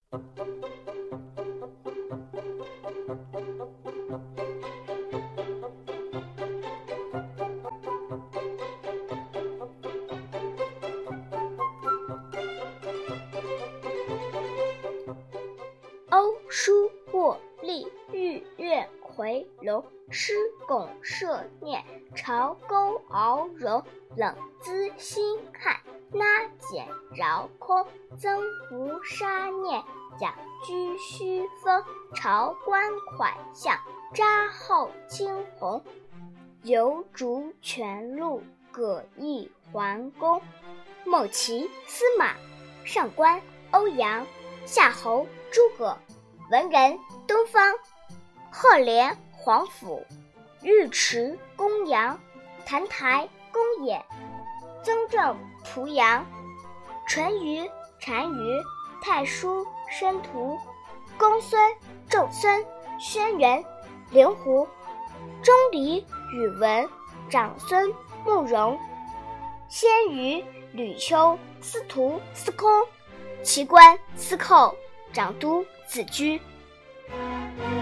欧书卧立，日月回龙。师拱射念，朝钩鳌荣。冷姿心汉，拉简绕空。增无杀念，养居虚风。朝观款相，扎后青红。游逐全路，葛翼桓公。孟齐、司马，上官、欧阳，夏侯、诸葛，文人、东方，赫连、皇甫，尉迟、公羊，澹台、公冶，曾正、濮阳，淳于、单于，太叔、申屠，公孙、仲孙，轩辕、灵狐，钟离、宇文，长孙、慕容，先于、吕丘，司徒、司空，齐观、司寇，长都、子居。